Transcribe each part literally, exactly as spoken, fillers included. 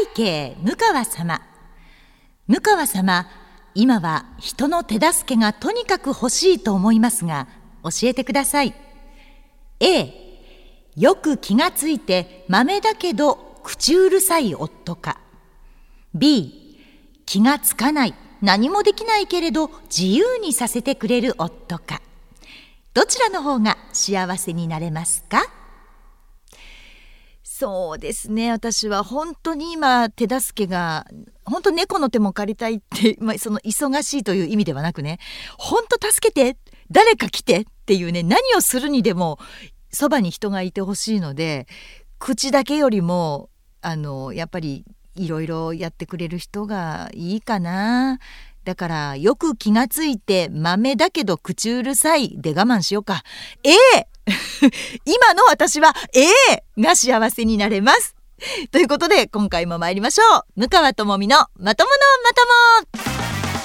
慶向川様。向川様、今は人の手助けがとにかく欲しいと思いますが、教えてください。 A、 よく気がついて豆だけど口うるさい夫か。 B、 気がつかない、何もできないけれど自由にさせてくれる夫か。どちらの方が幸せになれますか？そうですね、私は本当に今手助けが本当猫の手も借りたいって、まあ、その忙しいという意味ではなくね、本当助けて、誰か来てっていうね、何をするにでもそばに人がいてほしいので、口だけよりもあのやっぱりいろいろやってくれる人がいいかな。だからよく気がついて豆だけど口うるさいで我慢しようか。 A 今の私は A が幸せになれます。ということで今回も参りましょう。向川智美のまとものまとも。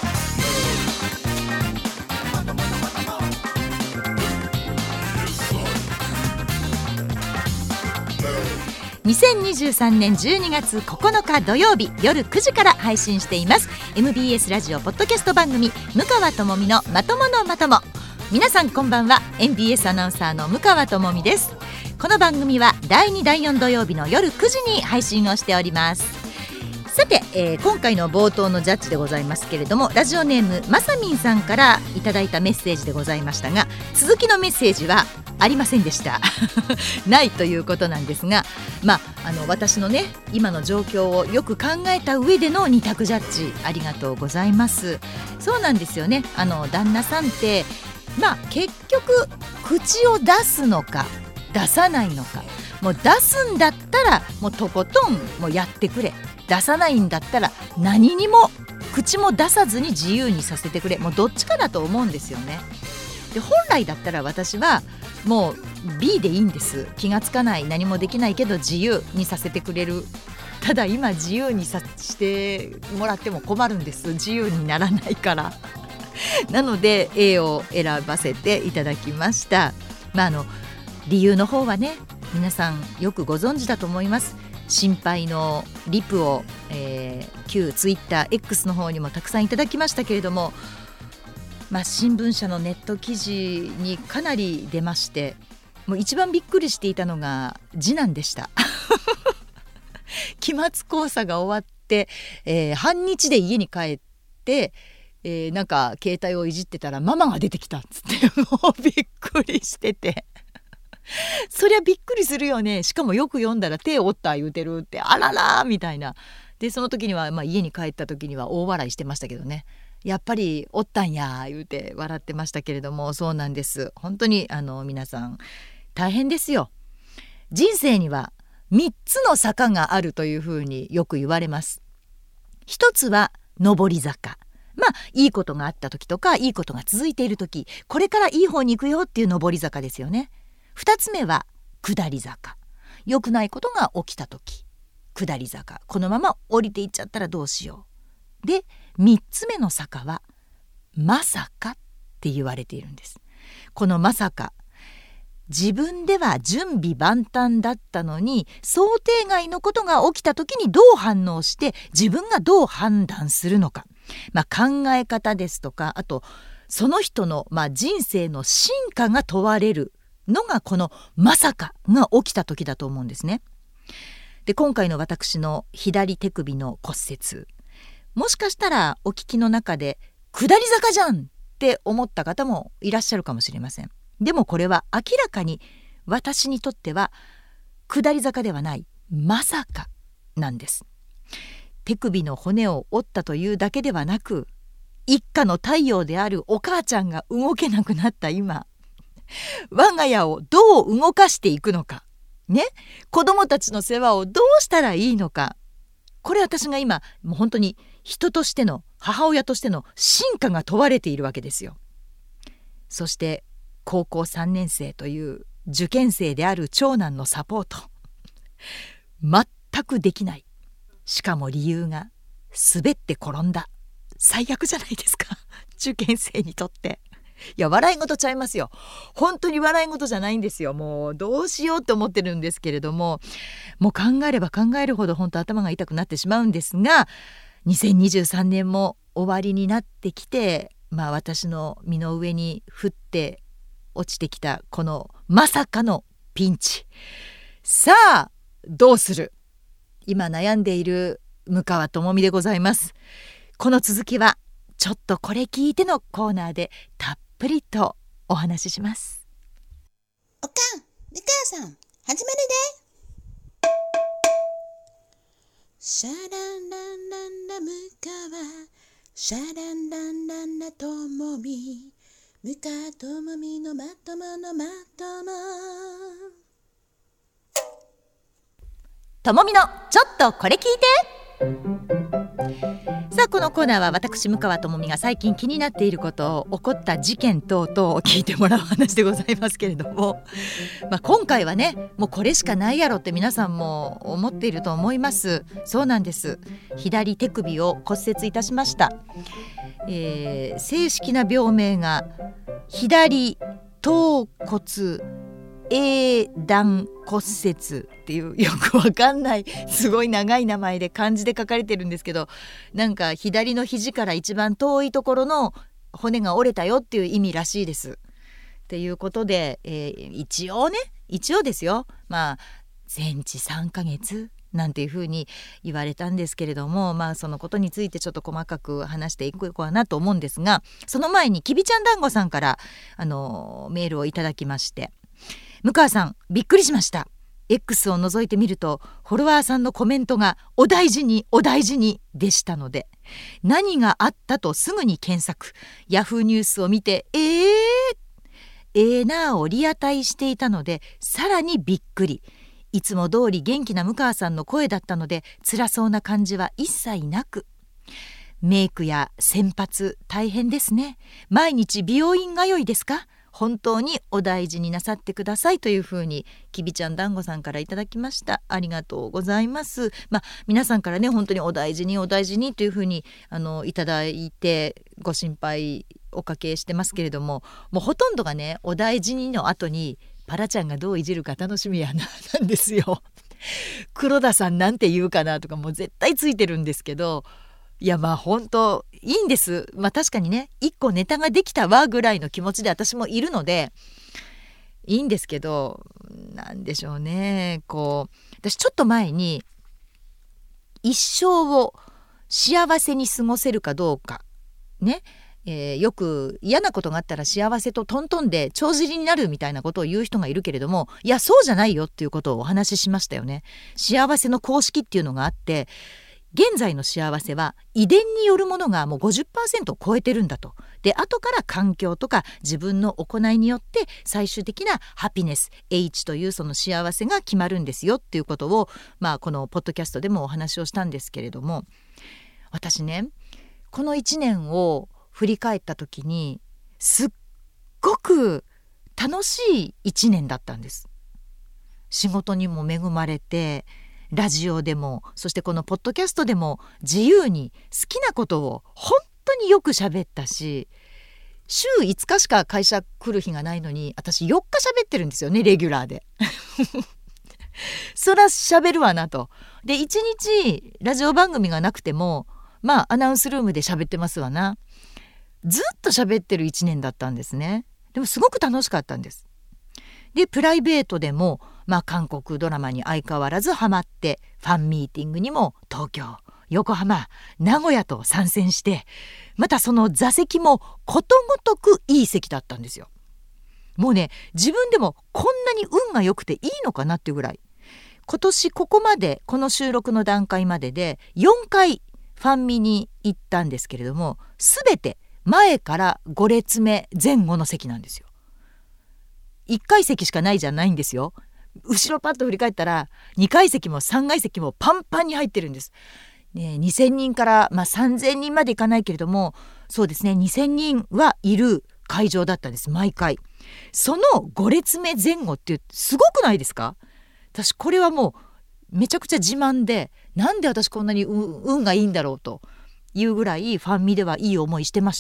にせんにじゅうさんねんじゅうにがつここのか土曜日夜くじから配信しています エムビーエス ラジオポッドキャスト番組向川智美のまとものまとも。皆さんこんばんは。 エムビーエス アナウンサーの向川智美です。この番組はだいにだいよん土曜日の夜くじに配信をしております。さて、えー、今回の冒頭のジャッジでございますけれども、ラジオネームまさみんさんからいただいたメッセージでございましたが、続きのメッセージはありませんでしたないということなんですが、まあ、あの私のね今の状況をよく考えた上でのに択ジャッジありがとうございます。そうなんですよね、あの旦那さんってまあ結局口を出すのか出さないのか、もう出すんだったらもうとことんもうやってくれ、出さないんだったら何にも口も出さずに自由にさせてくれ、もうどっちかだと思うんですよね。で本来だったら私はもう B でいいんです。気がつかない、何もできないけど自由にさせてくれる。ただ今自由にさしてもらっても困るんです。自由にならないからなので A を選ばせていただきました。まああの理由の方はね皆さんよくご存知だと思います。心配のリプを、えー、旧ツイッター X の方にもたくさんいただきましたけれども、まあ、新聞社のネット記事にかなり出まして、もう一番びっくりしていたのが次男でした期末考査が終わって、えー、半日で家に帰って、えー、なんか携帯をいじってたらママが出てきたっつってもうびっくりしててそりゃびっくりするよね。しかもよく読んだら手を折った言うてるって、あららみたいな。でその時には、まあ、家に帰った時には大笑いしてましたけどね、やっぱりおったんや言うて笑ってましたけれども、そうなんです。本当にあの皆さん大変ですよ。人生にはみっつの坂があるというふうによく言われます。一つは上り坂、まあいいことがあった時とかいいことが続いている時、これからいい方に行くよっていう上り坂ですよね。二つ目は下り坂、良くないことが起きた時下り坂、このまま降りていっちゃったらどうしよう。で三つ目の坂はまさかって言われているんです。このまさか、自分では準備万端だったのに想定外のことが起きた時にどう反応して自分がどう判断するのか、まあ、考え方ですとか、あとその人の、まあ、人生の進化が問われるのがこのまさかが起きた時だと思うんですね。で今回の私の左手首の骨折、もしかしたらお聞きの中で下り坂じゃんって思った方もいらっしゃるかもしれません。でもこれは明らかに私にとっては下り坂ではないまさかなんです。手首の骨を折ったというだけではなく、一家の太陽であるお母ちゃんが動けなくなった今、我が家をどう動かしていくのかね、子供たちの世話をどうしたらいいのか、これ私が今もう本当に人としての母親としての進化が問われているわけですよ。そして高校さんねん生という受験生である長男のサポート全くできない。しかも理由が滑って転んだ。最悪じゃないですか受験生にとって。 いや笑い事ちゃいますよ。本当に笑い事じゃないんですよ。もうどうしようって思ってるんですけれども、もう考えれば考えるほど本当頭が痛くなってしまうんですが、にせんにじゅうさんねんも終わりになってきて、まあ私の身の上に降って落ちてきたこのまさかのピンチ、さあどうする、今悩んでいる向川智美でございます。この続きはちょっとこれ聞いてのコーナーでたっぷりとお話しします。 おかん、向川さん、始まるで。シャランランランラ向川、シャランランランラともみ、向川ともみのまとものまとも。 ともみのちょっとこれ聞いて。さあこのコーナーは私向川智美が最近気になっていることを、起こった事件等々を聞いてもらう話でございますけれども、まあ、今回はねもうこれしかないやろって皆さんも思っていると思います。そうなんです。左手首を骨折いたしました。えー、正式な病名が左頭骨英断骨折っていうよくわかんないすごい長い名前で漢字で書かれてるんですけど、なんか左の肘から一番遠いところの骨が折れたよっていう意味らしいです。っていうことで、えー、一応ね一応ですよ、まあ全治さんかげつなんていうふうに言われたんですけれども、まあそのことについてちょっと細かく話していこうかなと思うんですが、その前にきびちゃん団子さんからあのメールをいただきまして、向川さんびっくりしました。 X を覗いてみるとフォロワーさんのコメントがお大事にお大事にでしたので、何があったとすぐに検索、ヤフーニュースを見てえーえーなーをリアタイしていたのでさらにびっくり。いつも通り元気な向川さんの声だったので辛そうな感じは一切なく、メイクや洗髪大変ですね。毎日美容院通いですか？本当にお大事になさってくださいというふうにきびちゃん団子さんからいただきました。ありがとうございます。まあ、皆さんからね本当にお大事にお大事にというふうにあのいただいてご心配おかけしてますけれども、もうほとんどがねお大事にの後にパラちゃんがどういじるか楽しみやななんですよ。黒田さんなんて言うかなとかもう絶対ついてるんですけど、いやまあ本当いいんです。まあ確かにね一個ネタができたわぐらいの気持ちで私もいるのでいいんですけど、なんでしょうね、こう私ちょっと前に一生を幸せに過ごせるかどうかね、えー、よく嫌なことがあったら幸せとトントンで帳尻になるみたいなことを言う人がいるけれども、いやそうじゃないよっていうことをお話ししましたよね。幸せの公式っていうのがあって、現在の幸せは遺伝によるものがもう ごじゅっパーセント を超えてるんだと。で後から環境とか自分の行いによって最終的なハピネス H というその幸せが決まるんですよっていうことを、まあ、このポッドキャストでもお話をしたんですけれども、私ねこのいちねんを振り返った時にすっごく楽しいいちねんだったんです。仕事にも恵まれて、ラジオでもそしてこのポッドキャストでも自由に好きなことを本当によく喋ったし、週いつかしか会社来る日がないのに私よっか喋ってるんですよね、レギュラーでそら喋るわなと。でいちにちラジオ番組がなくてもまあアナウンスルームで喋ってますわな。ずっと喋ってるいちねんだったんですね。でもすごく楽しかったんです。でプライベートでも、まあ、韓国ドラマに相変わらずハマって、ファンミーティングにも東京、横浜、名古屋と参戦して、またその座席もことごとくいい席だったんですよ。もうね自分でもこんなに運が良くていいのかなっていうぐらい、今年ここまでこの収録の段階まででよんかいファンミに行ったんですけれども、すべて前からご列目前後の席なんですよ。いっかい席しかないじゃないんですよ。後ろパッと振り返ったらにかい席もさんがい席もパンパンに入ってるんです、ね、にせんにんから、まあ、さんぜんにんまでいかないけれども、そうですねにせんにんはいる会場だったんです毎回。そのご列目前後ってすごくないですか？私これはもうめちゃくちゃ自慢で、なんで私こんなに運がいいんだろうというぐらいファンミではいい思いしてました。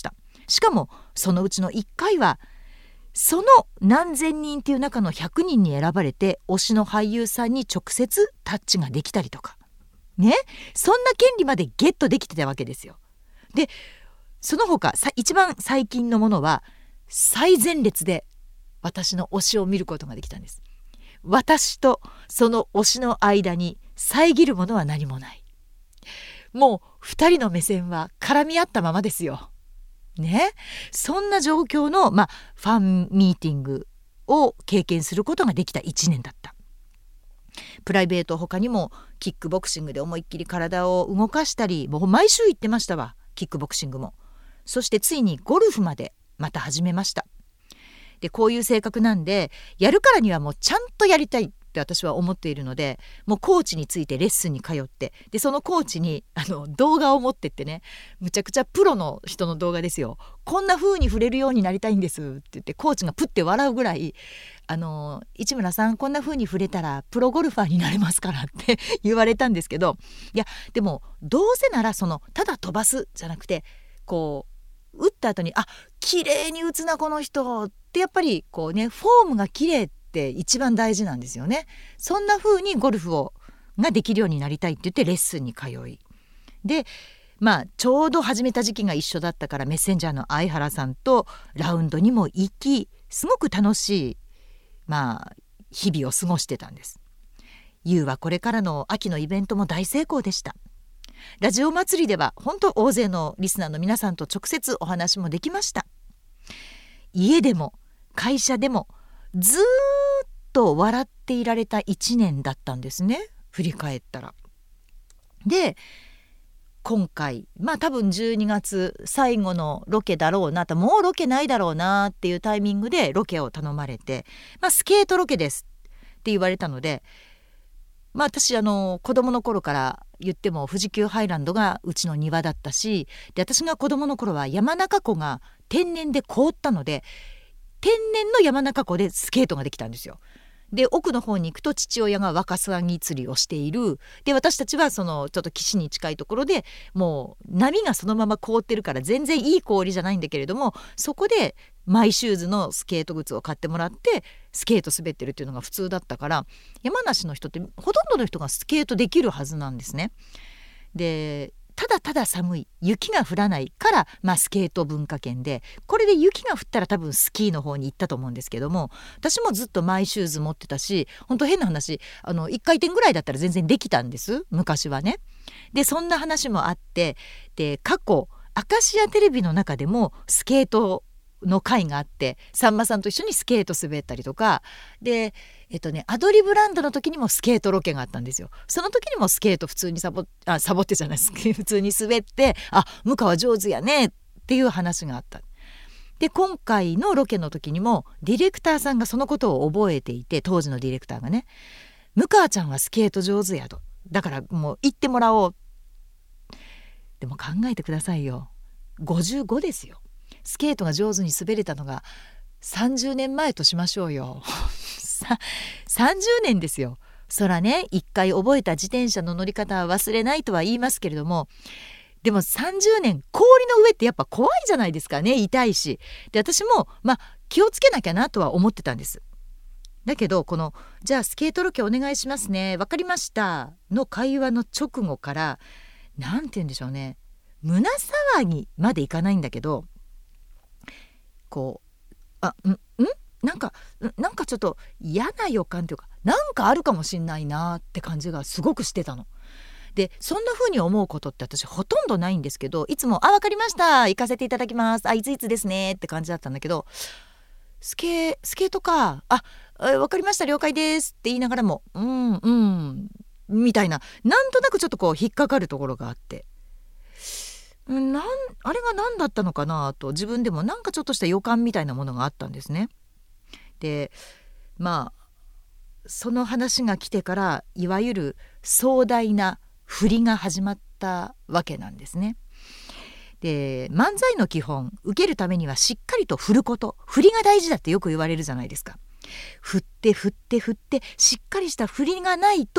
しかもそのうちのいっかいはその何千人っていう中のひゃくにんに選ばれて推しの俳優さんに直接タッチができたりとかね、そんな権利までゲットできてたわけですよ。でその他さ一番最近のものは最前列で私の推しを見ることができたんです。私とその推しの間に遮るものは何もない。もう二人の目線は絡み合ったままですよ。ね、そんな状況の、まあ、ファンミーティングを経験することができたいちねんだった。プライベート他にもキックボクシングで思いっきり体を動かしたり、もう毎週行ってましたわ、キックボクシングも。そしてついにゴルフまでまた始めました。でこういう性格なんで、やるからにはもうちゃんとやりたいって私は思っているので、もうコーチについてレッスンに通って、でそのコーチにあの動画を持ってってね、むちゃくちゃプロの人の動画ですよ、こんな風に触れるようになりたいんですって言って、コーチがプッて笑うぐらい、あの市村さんこんな風に触れたらプロゴルファーになれますからって言われたんですけど、いやでもどうせならそのただ飛ばすじゃなくて、こう打った後にあ綺麗に打つなこの人ってやっぱりこうね、フォームが綺麗って一番大事なんですよね。そんな風にゴルフをができるようになりたいって言ってレッスンに通い、でまあちょうど始めた時期が一緒だったから、メッセンジャーの相原さんとラウンドにも行き、すごく楽しいまあ日々を過ごしてたんです。ゆうはこれからの秋のイベントも大成功でした。ラジオ祭りでは本当大勢のリスナーの皆さんと直接お話もできました。家でも会社でもずーっと笑っていられたいちねんだったんですね、振り返ったら。で今回まあ多分じゅうにがつ最後のロケだろうなと、もうロケないだろうなっていうタイミングでロケを頼まれて、まあ、スケートロケですって言われたので、まあ私あの子供の頃から言っても富士急ハイランドがうちの庭だったし、で私が子供の頃は山中湖が天然で凍ったので、天然の山中湖でスケートができたんですよ。で奥の方に行くと父親がワカサギ釣りをしている。で私たちはそのちょっと岸に近いところで、もう波がそのまま凍ってるから全然いい氷じゃないんだけれども、そこでマイシューズのスケート靴を買ってもらってスケート滑ってるっていうのが普通だったから、山梨の人ってほとんどの人がスケートできるはずなんですね。でただただ寒い、雪が降らないから、まあ、スケート文化圏で、これで雪が降ったら多分スキーの方に行ったと思うんですけども、私もずっとマイシューズ持ってたし、本当変な話、あのいっかい転ぐらいだったら全然できたんです昔はね。でそんな話もあって、で過去明石家テレビの中でもスケートの会があって、さんまさんと一緒にスケート滑ったりとかで、えっとねアドリブランドの時にもスケートロケがあったんですよ。その時にもスケート普通にサボあサボってじゃないです普通に滑って、あ向川上手やねっていう話があった。で今回のロケの時にもディレクターさんがそのことを覚えていて、当時のディレクターがね、向川ちゃんはスケート上手やと、だからもう行ってもらおう。でも考えてくださいよ、ごじゅうごですよ。スケートが上手に滑れたのがさんじゅうねんまえとしましょうよさんじゅうねんですよ。そらね一回覚えた自転車の乗り方は忘れないとは言いますけれども、でもさんじゅうねん氷の上ってやっぱ怖いじゃないですかね、痛いし。で私もまあ気をつけなきゃなとは思ってたんです。だけどこのじゃあスケートロケお願いしますね、わかりましたの会話の直後から、なんて言うんでしょうね、胸騒ぎまでいかないんだけど、こうあんんなんかなんかちょっと嫌な予感というか、なんかあるかもしんないなって感じがすごくしてたの。でそんな風に思うことって私ほとんどないんですけど、いつもあ分かりました行かせていただきます、あいついつですねって感じだったんだけど、スケスケートかあ分かりました了解ですって言いながらもうんうんみたいな、なんとなくちょっとこう引っかかるところがあって、なんあれが何だったのかなと自分でもなんかちょっとした予感みたいなものがあったんですね。でまあその話が来てからいわゆる壮大な振りが始まったわけなんですね。で漫才の基本、受けるためにはしっかりと振ること、振りが大事だってよく言われるじゃないですか。振って振って振ってしっかりした振りがないと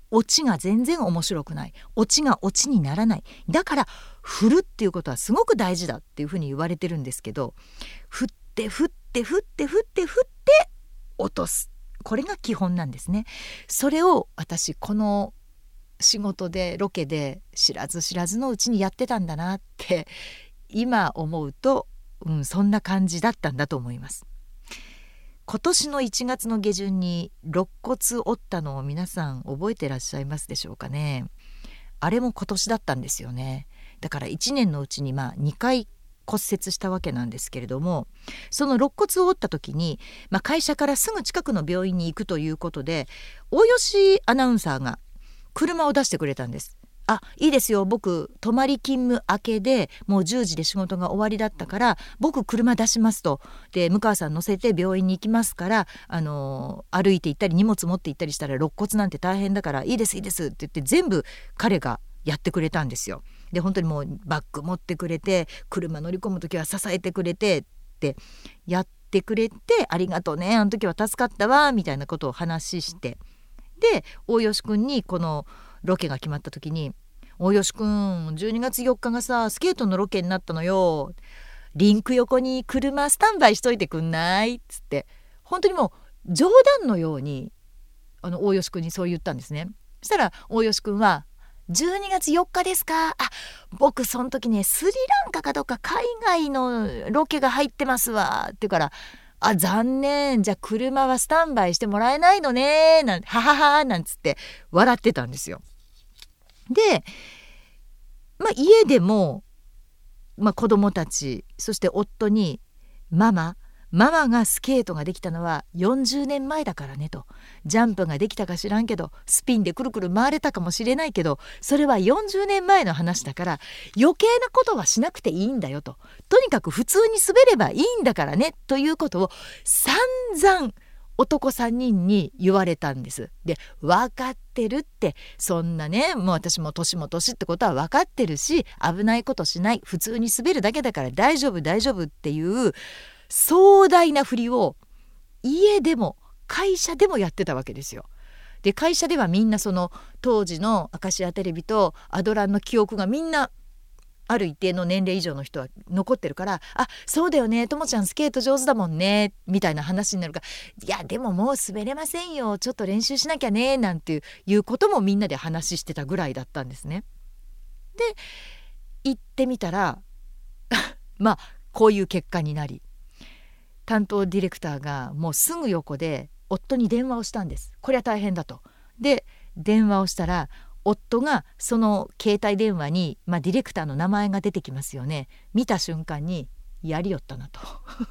オチが全然面白くない、オチがオチにならない、だから振るっていうことはすごく大事だっていうふうに言われてるんですけど、振って振って振って振って振って落とす、これが基本なんですね。それを私この仕事でロケで知らず知らずのうちにやってたんだなって今思うと、うん、そんな感じだったんだと思います。今年のいちがつの下旬に肋骨折ったのを皆さん覚えてらっしゃいますでしょうかね。あれも今年だったんですよね。だからいちねんのうちにまあにかい骨折したわけなんですけれども、その肋骨を折った時に、まあ、会社からすぐ近くの病院に行くということで大吉アナウンサーが車を出してくれたんです。あ、いいですよ、僕泊まり勤務明けでもうじゅうじで仕事が終わりだったから僕車出しますと、で向川さん乗せて病院に行きますから、あのー、歩いて行ったり荷物持って行ったりしたら肋骨なんて大変だからいいですいいですって言って全部彼がやってくれたんですよ。で本当にもうバッグ持ってくれて車乗り込む時は支えてくれてってやってくれて、ありがとうね、あの時は助かったわみたいなことを話して、で大吉くんにこのロケが決まった時に、大吉くんじゅうにがつよっかがさスケートのロケになったのよ、リンク横に車スタンバイしといてくんないっつって、本当にもう冗談のようにあの大吉くんにそう言ったんですね。そしたら大吉くんはじゅうにがつよっかですか、あ、僕その時ねスリランカかどっか海外のロケが入ってますわって言うから、あ、残念、じゃあ車はスタンバイしてもらえないのねなんはははなんつって笑ってたんですよ。で、まあ、家でも、まあ、子供たちそして夫にママママがスケートができたのはよんじゅうねんまえだからねと、ジャンプができたか知らんけどスピンでくるくる回れたかもしれないけどそれはよんじゅうねんまえの話だから余計なことはしなくていいんだよと、とにかく普通に滑ればいいんだからねということを散々男さんにんに言われたんです。で、分かってるって、そんなねもう私も年も年ってことは分かってるし危ないことしない、普通に滑るだけだから大丈夫大丈夫っていう壮大な振りを家でも会社でもやってたわけですよ。で会社ではみんなその当時のアカシアテレビとアドランの記憶がみんなある一定の年齢以上の人は残ってるから、あ、そうだよね、ともちゃんスケート上手だもんねみたいな話になるから、いやでももう滑れませんよ、ちょっと練習しなきゃねなんていう、いうこともみんなで話してたぐらいだったんですね。で行ってみたらまあこういう結果になり、担当ディレクターがもうすぐ横で夫に電話をしたんです。これは大変だと。で電話をしたら夫がその携帯電話に、まあ、ディレクターの名前が出てきますよね。見た瞬間にやりよったなと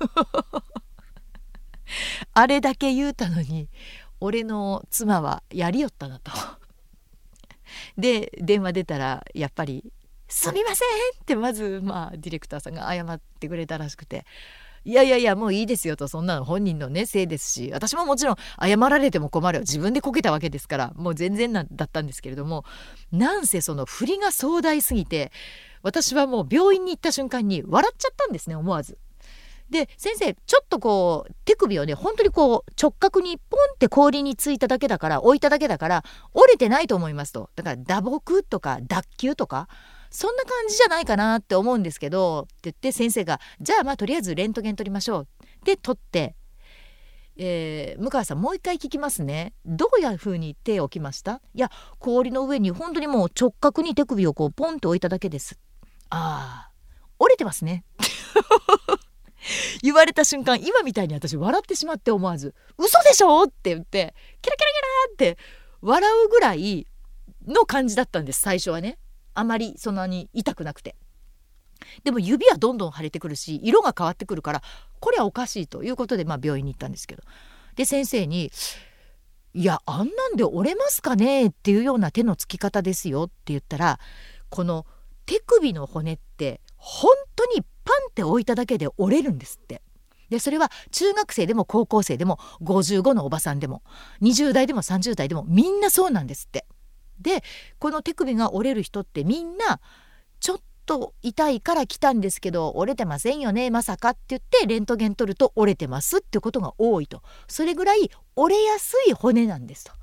あれだけ言うたのに俺の妻はやりよったなとで電話出たらやっぱりすみませんってまず、まあ、ディレクターさんが謝ってくれたらしくて、いやいやいやもういいですよと、そんなの本人のねせいですし、私ももちろん謝られても困るよ、自分でこけたわけですからもう全然なだったんですけれども、なんせその振りが壮大すぎて私はもう病院に行った瞬間に笑っちゃったんですね、思わず。で先生ちょっとこう手首をね本当にこう直角にポンって氷についただけだから置いただけだから折れてないと思いますと、だから打撲とか脱臼とかそんな感じじゃないかなって思うんですけどって言って、先生がじゃあまあとりあえずレントゲン取りましょうで取って、えー、向川さんもう一回聞きますね、どういうふうに手を置きました？いや氷の上に本当にもう直角に手首をこうポンと置いただけです。あー折れてますね言われた瞬間今みたいに私笑ってしまって、思わず嘘でしょって言ってキラキラキラって笑うぐらいの感じだったんです、最初はね。あまりそんなに痛くなくて、でも指はどんどん腫れてくるし色が変わってくるからこれはおかしいということで、まあ、病院に行ったんですけど、で先生にいやあんなんで折れますかねっていうような手のつき方ですよって言ったら、この手首の骨って本当にパンって置いただけで折れるんですって。でそれは中学生でも高校生でもごじゅうごのおばさんでもにじゅう代でもさんじゅう代でもみんなそうなんですって。でこの手首が折れる人ってみんなちょっと痛いから来たんですけど折れてませんよねまさかって言ってレントゲン取ると折れてますってことが多いと、それぐらい折れやすい骨なんですと。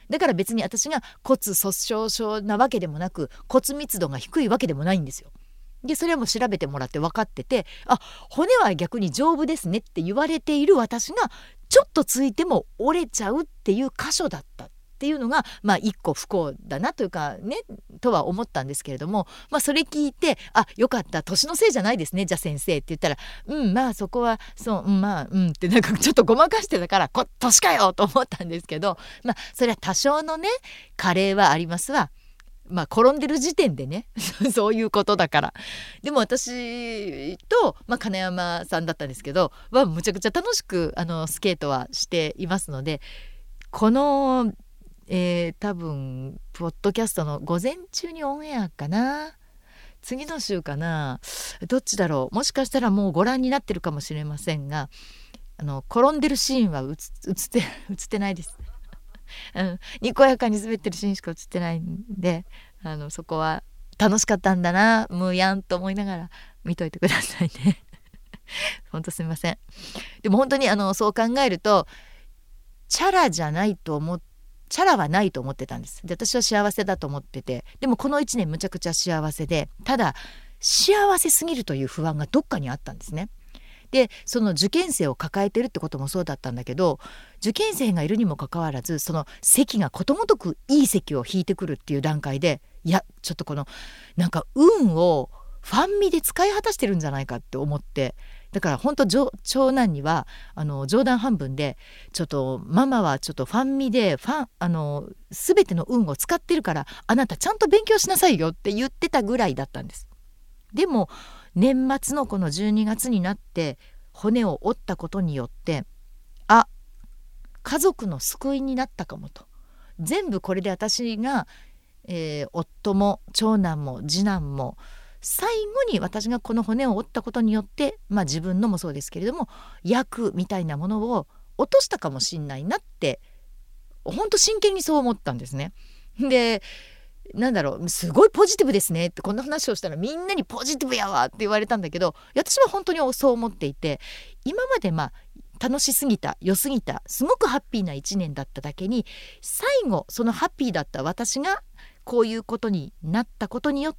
だから別に私が骨粗鬆症なわけでもなく骨密度が低いわけでもないんですよ。でそれはもう調べてもらって分かってて、あ、骨は逆に丈夫ですねって言われている私がちょっとついても折れちゃうっていう箇所だったっていうのが、まあ一個不幸だなというかねとは思ったんですけれども、まあそれ聞いて、あ、よかった、年のせいじゃないですね、じゃあ先生って言ったら、うんまあそこはそう、うん、まあうんってなんかちょっとごまかしてたから、こ年かよと思ったんですけど、まあそれは多少のね加齢はありますわ。まあ転んでる時点でねそういうことだから。でも私と、まあ、金山さんだったんですけどはむちゃくちゃ楽しくあのスケートはしていますので、この、えー、多分ポッドキャストの午前中にオンエアかな、次の週かな、どっちだろう、もしかしたらもうご覧になってるかもしれませんが、あの転んでるシーンは映って映ってないですうん、にこやかに滑ってるシーンしか映ってないんで、あのそこは楽しかったんだな、むやんと思いながら見といてくださいねほんとすみません。でも本当にあのそう考えるとチャラじゃないと思っチャラはないと思ってたんです。で私は幸せだと思ってて、でもこのいちねんむちゃくちゃ幸せで、ただ幸せすぎるという不安がどっかにあったんですね。でその受験生を抱えてるってこともそうだったんだけど、受験生がいるにもかかわらずその席がことごとくいい席を引いてくるっていう段階で、いやちょっとこのなんか運をファンミで使い果たしてるんじゃないかって思って、だから本当長男にはあの冗談半分で、ちょっとママはちょっとファンミでファンあの全ての運を使ってるから、あなたちゃんと勉強しなさいよって言ってたぐらいだったんです。でも年末のこのじゅうにがつになって骨を折ったことによって、あ、家族の救いになったかもと。全部これで私が、えー、夫も長男も次男も最後に私がこの骨を折ったことによって、まあ自分のもそうですけれども役みたいなものを落としたかもしんないなって、本当真剣にそう思ったんですね。でなんだろう、すごいポジティブですねってこんな話をしたらみんなにポジティブやわって言われたんだけど、私は本当にそう思っていて、今までまあ楽しすぎた良すぎたすごくハッピーないちねんだっただけに、最後そのハッピーだった私がこういうことになったことによって、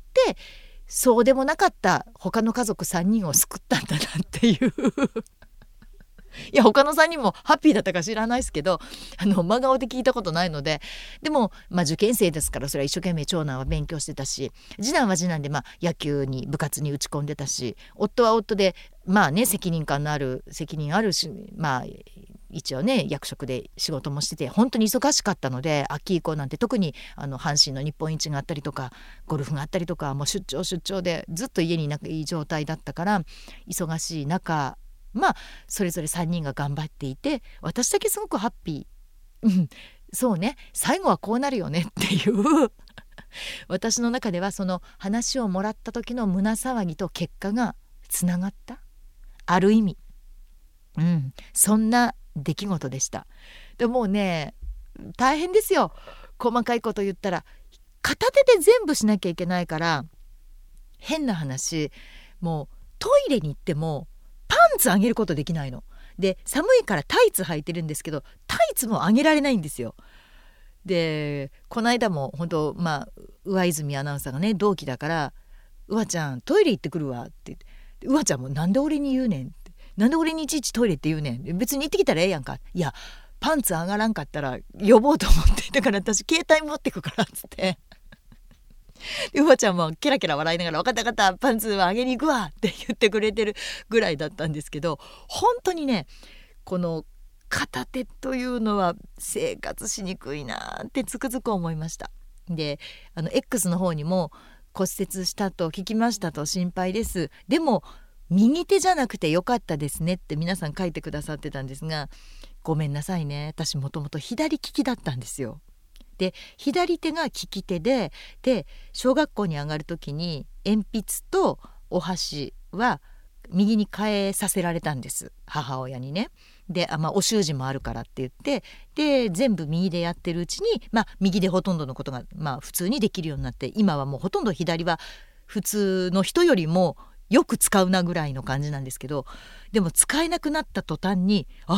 そうでもなかった他の家族さんにんを救ったんだなっていういや他のさんにんもハッピーだったか知らないですけど、あの真顔で聞いたことないので、でも、まあ、受験生ですからそれは一生懸命長男は勉強してたし、次男は次男で、まあ、野球に部活に打ち込んでたし、夫は夫でまあね責任感のある責任あるし、まあ一応ね役職で仕事もしてて本当に忙しかったので、秋以降なんて特にあの阪神の日本一があったりとかゴルフがあったりとか、もう出張出張でずっと家にいない状態だったから、忙しい中まあそれぞれさんにんが頑張っていて、私だけすごくハッピー、うん、そうね最後はこうなるよねっていう私の中ではその話をもらった時の胸騒ぎと結果がつながった、ある意味、うん、そんな出来事でした。でもうね大変ですよ、細かいこと言ったら片手で全部しなきゃいけないから、変な話もうトイレに行ってもパンツ上げることできないので、寒いからタイツ履いてるんですけどタイツも上げられないんですよ。でこの間も本当まあ上泉アナウンサーがね同期だから「うわちゃんトイレ行ってくるわ」って言って、うわちゃんもなんで俺に言うねんって、なんで俺にいちいちトイレって言うねん、別に行ってきたらええやんか、いやパンツ上がらんかったら呼ぼうと思って、だから私携帯持ってくからっつってでうわちゃんもケラケラ笑いながら「分かった分かったパンツは上げに行くわ」って言ってくれてるぐらいだったんですけど、本当にねこの片手というのは生活しにくいなってつくづく思いました。であの X の方にも骨折したと聞きましたと、心配です、でも右手じゃなくてよかったですねって皆さん書いてくださってたんですが、ごめんなさいね、私もともと左利きだったんですよ。で左手が利き手で、で小学校に上がる時に鉛筆とお箸は右に変えさせられたんです、母親にね。であ、まあ、お習字もあるからって言って、で全部右でやってるうちに、まあ、右でほとんどのことが、まあ、普通にできるようになって、今はもうほとんど左は普通の人よりもよく使うなぐらいの感じなんですけど、でも使えなくなった途端にあ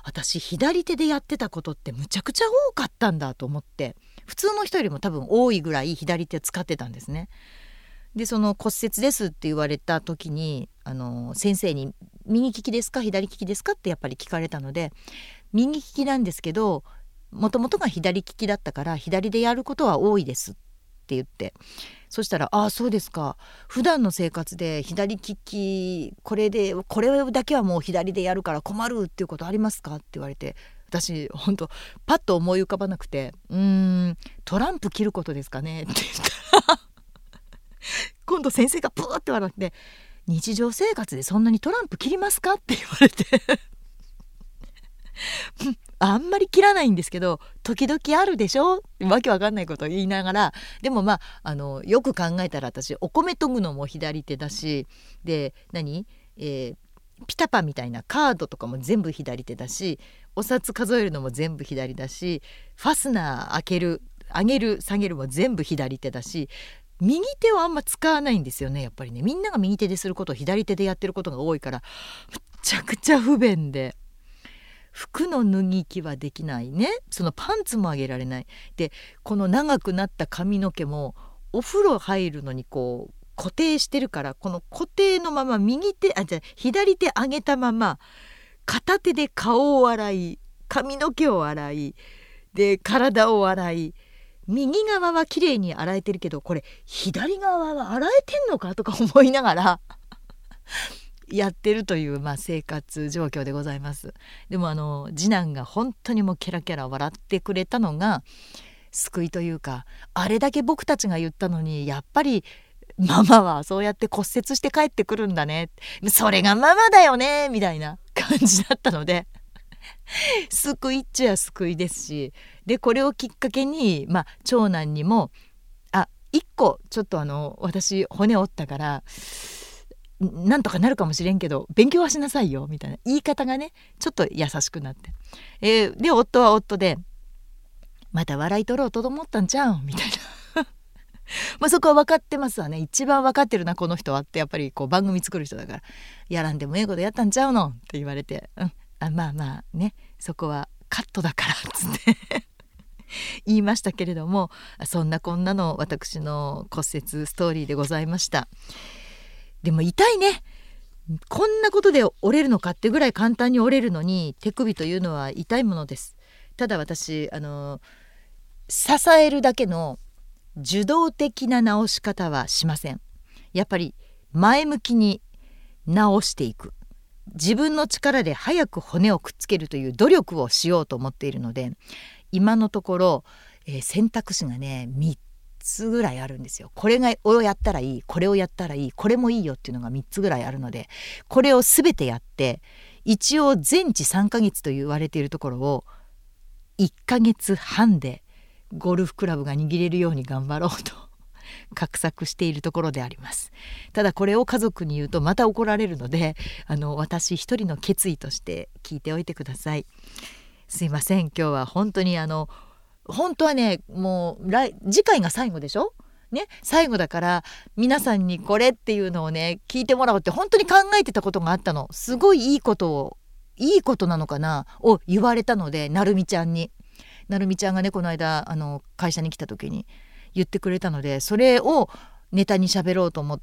私左手でやってたことってむちゃくちゃ多かったんだと思って、普通の人よりも多分多いぐらい左手を使ってたんですね。でその骨折ですって言われた時にあの先生に右利きですか左利きですかってやっぱり聞かれたので、右利きなんですけどもともとが左利きだったから左でやることは多いですって言って、そしたらああそうですか、普段の生活で左利きこれでこれだけはもう左でやるから困るっていうことありますかって言われて、私本当パッと思い浮かばなくて、うーんトランプ切ることですかねって言ったら今度先生がプーって笑って、日常生活でそんなにトランプ切りますかって言われてあんまり切らないんですけど時々あるでしょってわけわかんないことを言いながら、でもまあ、あのよく考えたら私お米研ぐのも左手だし、で何、えー、ピタパみたいなカードとかも全部左手だし、お札数えるのも全部左だし、ファスナー開ける上げる下げるも全部左手だし、右手をあんま使わないんですよね。やっぱりね、みんなが右手ですることを左手でやってることが多いからむちゃくちゃ不便で、服の脱ぎ着はできないね、そのパンツも上げられないで、この長くなった髪の毛もお風呂入るのにこう固定してるから、この固定のまま右手あじゃ左手上げたまま片手で顔を洗い髪の毛を洗いで体を洗い、右側は綺麗に洗えてるけどこれ左側は洗えてんのかとか思いながらやってるという、まあ、生活状況でございます。でもあの次男が本当にもうケラケラ笑ってくれたのが救いというか、あれだけ僕たちが言ったのにやっぱりママはそうやって骨折して帰ってくるんだね、それがママだよねみたいな感じだったので救いっちゃ救いですし、でこれをきっかけに、まあ、長男にもあ一個ちょっとあの私骨折ったからなんとかなるかもしれんけど勉強はしなさいよみたいな言い方がねちょっと優しくなって、えー、で夫は夫でまた笑い取ろうと思ったんちゃうんみたいなまあそこは分かってますわね、一番分かってるなこの人はってやっぱりこう番組作る人だから、やらんでもええことやったんちゃうのって言われて、うんあまあまあねそこはカットだからっつって言いましたけれども、そんなこんなの私の骨折ストーリーでございました。でも痛いね、こんなことで折れるのかってぐらい簡単に折れるのに手首というのは痛いものです。ただ私あの支えるだけの受動的な治し方はしません。やっぱり前向きに治していく、自分の力で早く骨をくっつけるという努力をしようと思っているので、今のところ、えー、選択肢がねみっつぐらいあるんですよ。これがをやったらいい、これをやったらいい、これもいいよっていうのがみっつぐらいあるので、これを全てやって一応全治さんかげつと言われているところをいっかげつはんでゴルフクラブが握れるように頑張ろうと画策しているところであります。ただこれを家族に言うとまた怒られるので、あの私一人の決意として聞いておいてください。すいません、今日は本当にあの本当はねもう来次回が最後でしょね、最後だから皆さんにこれっていうのをね聞いてもらおうって本当に考えてたことがあったの。すごいいいことをいいことなのかなを言われたので、なるみちゃんになるみちゃんがねこの間あの会社に来た時に言ってくれたので、それをネタに喋ろうと思って、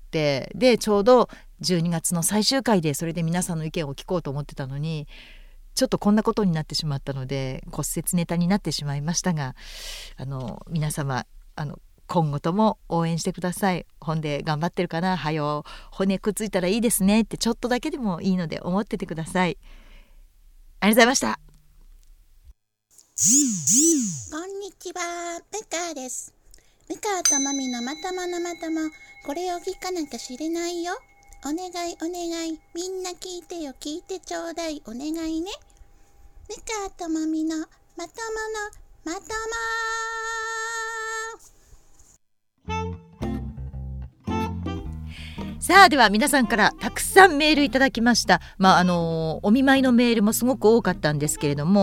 でちょうどじゅうにがつの最終回でそれで皆さんの意見を聞こうと思ってたのに、ちょっとこんなことになってしまったので骨折ネタになってしまいましたが、あの皆様あの今後とも応援してください。ほんで頑張ってるかな、はよ骨くっついたらいいですねってちょっとだけでもいいので思っててください。ありがとうございました。 こんにちは、むかです。むかともみのまとものまとも、これを聞かなきゃ知れないよ。お願いお願い、みんな聞いてよ、聞いてちょうだい、お願いね。むかともみのまとものまとも。 さあでは皆さんからたくさんメールいただきました。まああのお見舞いのメールもすごく多かったんですけれども、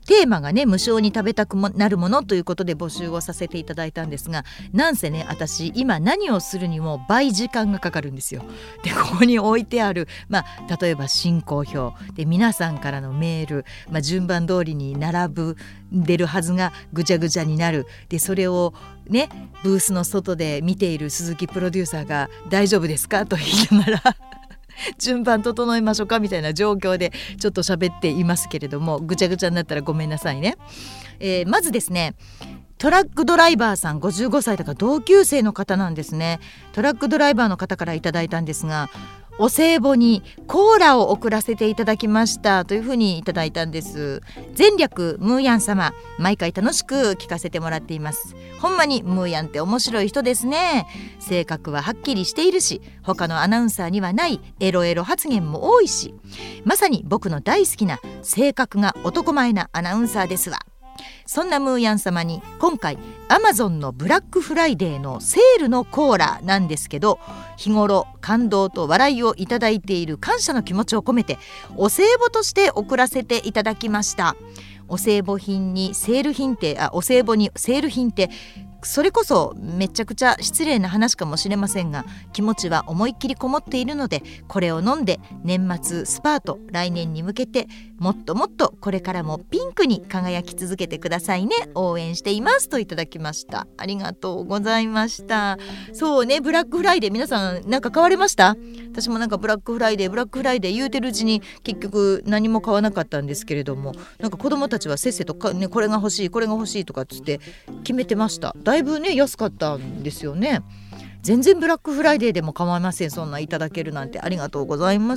テーマがね無償に食べたくなるものということで募集をさせていただいたんですが、なんせね私今何をするにも倍時間がかかるんですよ。でここに置いてある、まあ、例えば進行表で皆さんからのメール、まあ、順番通りに並ぶ出るはずがぐちゃぐちゃになる。でそれをねブースの外で見ている鈴木プロデューサーが大丈夫ですかと言いながら順番整えましょうかみたいな状況でちょっと喋っていますけれども、ぐちゃぐちゃになったらごめんなさいね。えー、まずですねトラックドライバーさんごじゅうごさいだから同級生の方なんですね。トラックドライバーの方からいただいたんですが、お歳暮にコーラを送らせていただきましたというふうにいただいたんです。前略ムーヤン様、毎回楽しく聞かせてもらっています。ほんまにムーヤンって面白い人ですね。性格ははっきりしているし、他のアナウンサーにはないエロエロ発言も多いし、まさに僕の大好きな性格が男前なアナウンサーですわ。そんなムーヤン様に今回アマゾンのブラックフライデーのセールのコーラなんですけど、日頃感動と笑いをいただいている感謝の気持ちを込めてお歳暮として送らせていただきました。お歳暮品にセール品ってあお歳暮にセール品ってそれこそめちゃくちゃ失礼な話かもしれませんが、気持ちは思いっきりこもっているので、これを飲んで年末スパート来年に向けてもっともっとこれからもピンクに輝き続けてくださいね。応援していますといただきました。ありがとうございました。そうね、ブラックフライデー皆さんなんか買われました？私もなんかブラックフライデーブラックフライデー言うてるうちに結局何も買わなかったんですけれども、なんか子供たちはせっせとか、ね、これが欲しいこれが欲しいとかっつって決めてました。だいぶね安かったんですよね。全然ブラックフライデーでも構いません。そんないただけるなんてありがとうございます。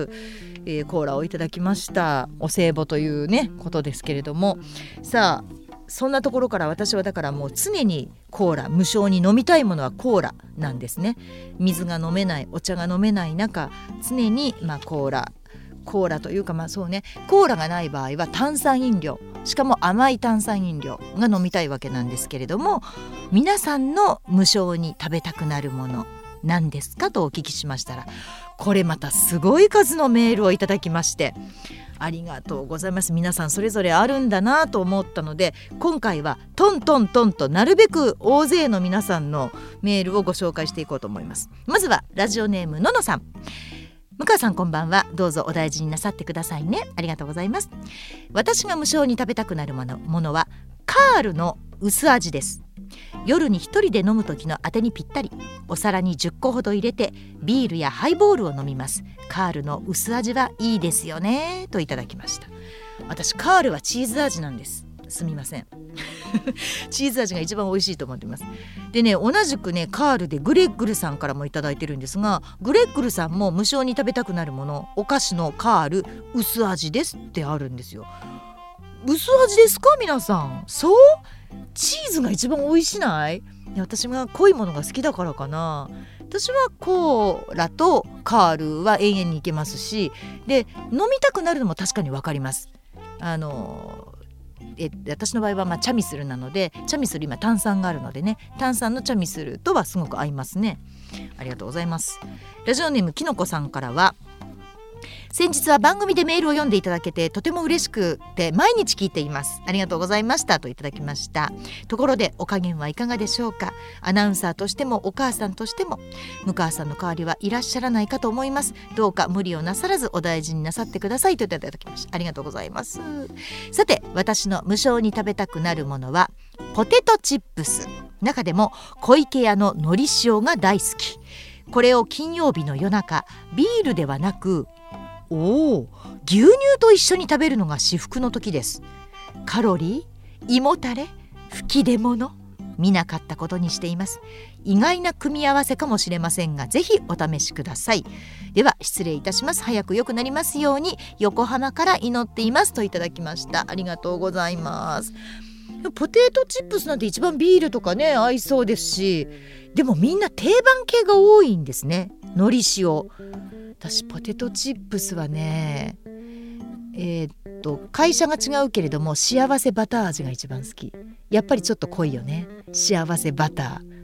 えー、コーラをいただきました。お歳暮というねことですけれども、さあそんなところから私はだからもう常にコーラ、無償に飲みたいものはコーラなんですね。水が飲めない、お茶が飲めない中、常にまあコーラコーラというかまあそうねコーラがない場合は炭酸飲料、しかも甘い炭酸飲料が飲みたいわけなんですけれども、皆さんの無償に食べたくなるもの何ですかとお聞きしましたら、これまたすごい数のメールをいただきまして、ありがとうございます。皆さんそれぞれあるんだなと思ったので、今回はトントントンとなるべく大勢の皆さんのメールをご紹介していこうと思います。まずはラジオネームののさん。向川さんこんばんは。どうぞお大事になさってくださいね。ありがとうございます。私が無償に食べたくなるもの、ものはカールの薄味です。夜に一人で飲む時のあてにぴったり、お皿にじゅっこほど入れてビールやハイボールを飲みます。カールの薄味はいいですよねといただきました。私カールはチーズ味なんです。すみませんチーズ味が一番美味しいと思っています。でね、同じくねカールでグレッグルさんからもいただいてるんですが、グレッグルさんも無償に食べたくなるもの、お菓子のカール薄味ですってあるんですよ。薄味ですか皆さん？そう？チーズが一番美味しない？私が濃いものが好きだからかな。私はコーラとカールは永遠にいけますし、で飲みたくなるのも確かに分かります。あのえ私の場合はまあチャミスルなので、チャミスル今炭酸があるのでね、炭酸のチャミスルとはすごく合いますね。ありがとうございます。ラジオネームきのこさんからは、先日は番組でメールを読んでいただけてとても嬉しくて毎日聞いています。ありがとうございましたといただきました。ところでお加減はいかがでしょうか？アナウンサーとしてもお母さんとしても向川さんの代わりはいらっしゃらないかと思います。どうか無理をなさらずお大事になさってくださいといただきました。ありがとうございます。さて、私の無償に食べたくなるものはポテトチップス。中でも小池屋ののり塩が大好き。これを金曜日の夜中、ビールではなくおお牛乳と一緒に食べるのが至福の時です。カロリー、胃もたれ、吹き出物、見なかったことにしています。意外な組み合わせかもしれませんが、ぜひお試しください。では失礼いたします。早く良くなりますように横浜から祈っていますといただきました。ありがとうございます。ポテトチップスなんて一番ビールとかね合いそうですし、でもみんな定番系が多いんですね。のり塩、私ポテトチップスはねえー、っと会社が違うけれども幸せバター味が一番好き。やっぱりちょっと濃いよね。幸せバター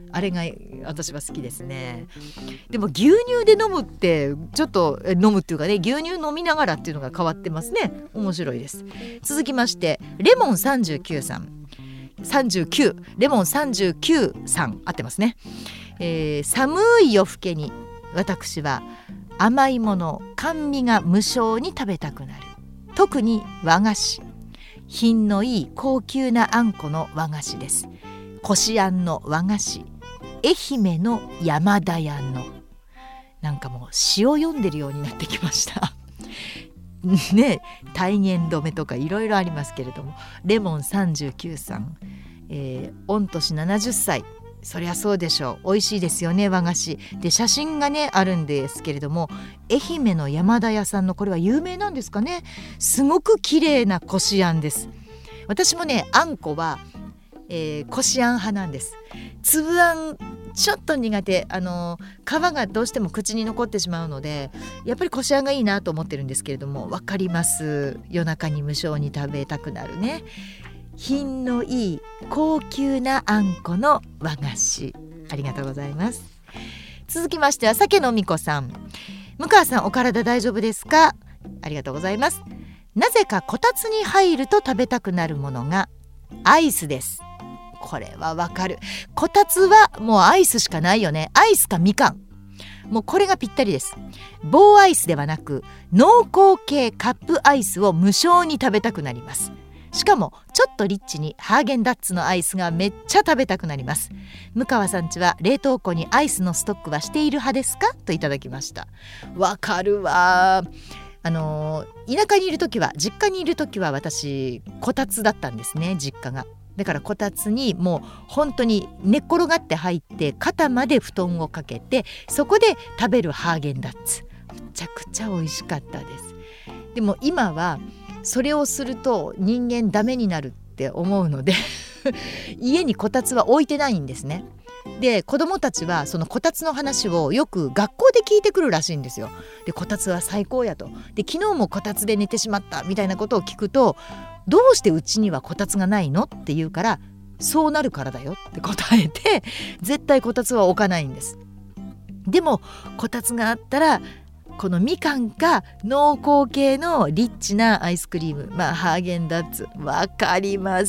あれが私は好きですね。でも牛乳で飲むってちょっと飲むっていうかね、牛乳飲みながらっていうのが変わってますね。面白いです。続きましてレモンさんじゅうきゅうさんさんじゅうきゅうレモンさんじゅうきゅうさん合ってますね。えー、寒い夜更けに私は甘いもの甘味が無性に食べたくなる。特に和菓子、品のいい高級なあんこの和菓子です。こしあんの和菓子、愛媛の山田屋の、なんかもう詩を読んでるようになってきましたね、体言止めとかいろいろありますけれども、レモンさんじゅうきゅうさん、えー、御年ななじゅっさい、そりゃそうでしょう。美味しいですよね、和菓子で。写真がねあるんですけれども、愛媛の山田屋さんのこれは有名なんですかね。すごく綺麗なこしあんです。私もねあんこは、えー、こしあん派なんです。粒あんちょっと苦手、あの皮がどうしても口に残ってしまうので、やっぱりこしあんがいいなと思ってるんですけれども、わかります。夜中に無性に食べたくなるね。品のいい高級なあんこの和菓子、ありがとうございます。続きましては酒のみこさん、向川さんお体大丈夫ですか。ありがとうございます。なぜかこたつに入ると食べたくなるものがアイスです。これはわかる。こたつはもうアイスしかないよね。アイスかみかん、もうこれがぴったりです。棒アイスではなく濃厚系カップアイスを無性に食べたくなります。しかもちょっとリッチにハーゲンダッツのアイスがめっちゃ食べたくなります。向川さんちは冷凍庫にアイスのストックはしている派ですか、といただきました。わかるわ。あの田舎にいるときは、実家にいるときは私こたつだったんですね、実家が。だからこたつにもう本当に寝っ転がって入って肩まで布団をかけて、そこで食べるハーゲンダッツ、めちゃくちゃ美味しかったです。でも今はそれをすると人間ダメになるって思うので家にこたつは置いてないんですね。で子どもたちはそのこたつの話をよく学校で聞いてくるらしいんですよ。でこたつは最高やと。で昨日もこたつで寝てしまったみたいなことを聞くと、どうしてうちにはこたつがないのって言うから、そうなるからだよって答えて、絶対こたつは置かないんです。でもこたつがあったらこのみかんか濃厚系のリッチなアイスクリーム、まあハーゲンダッツ、わかります。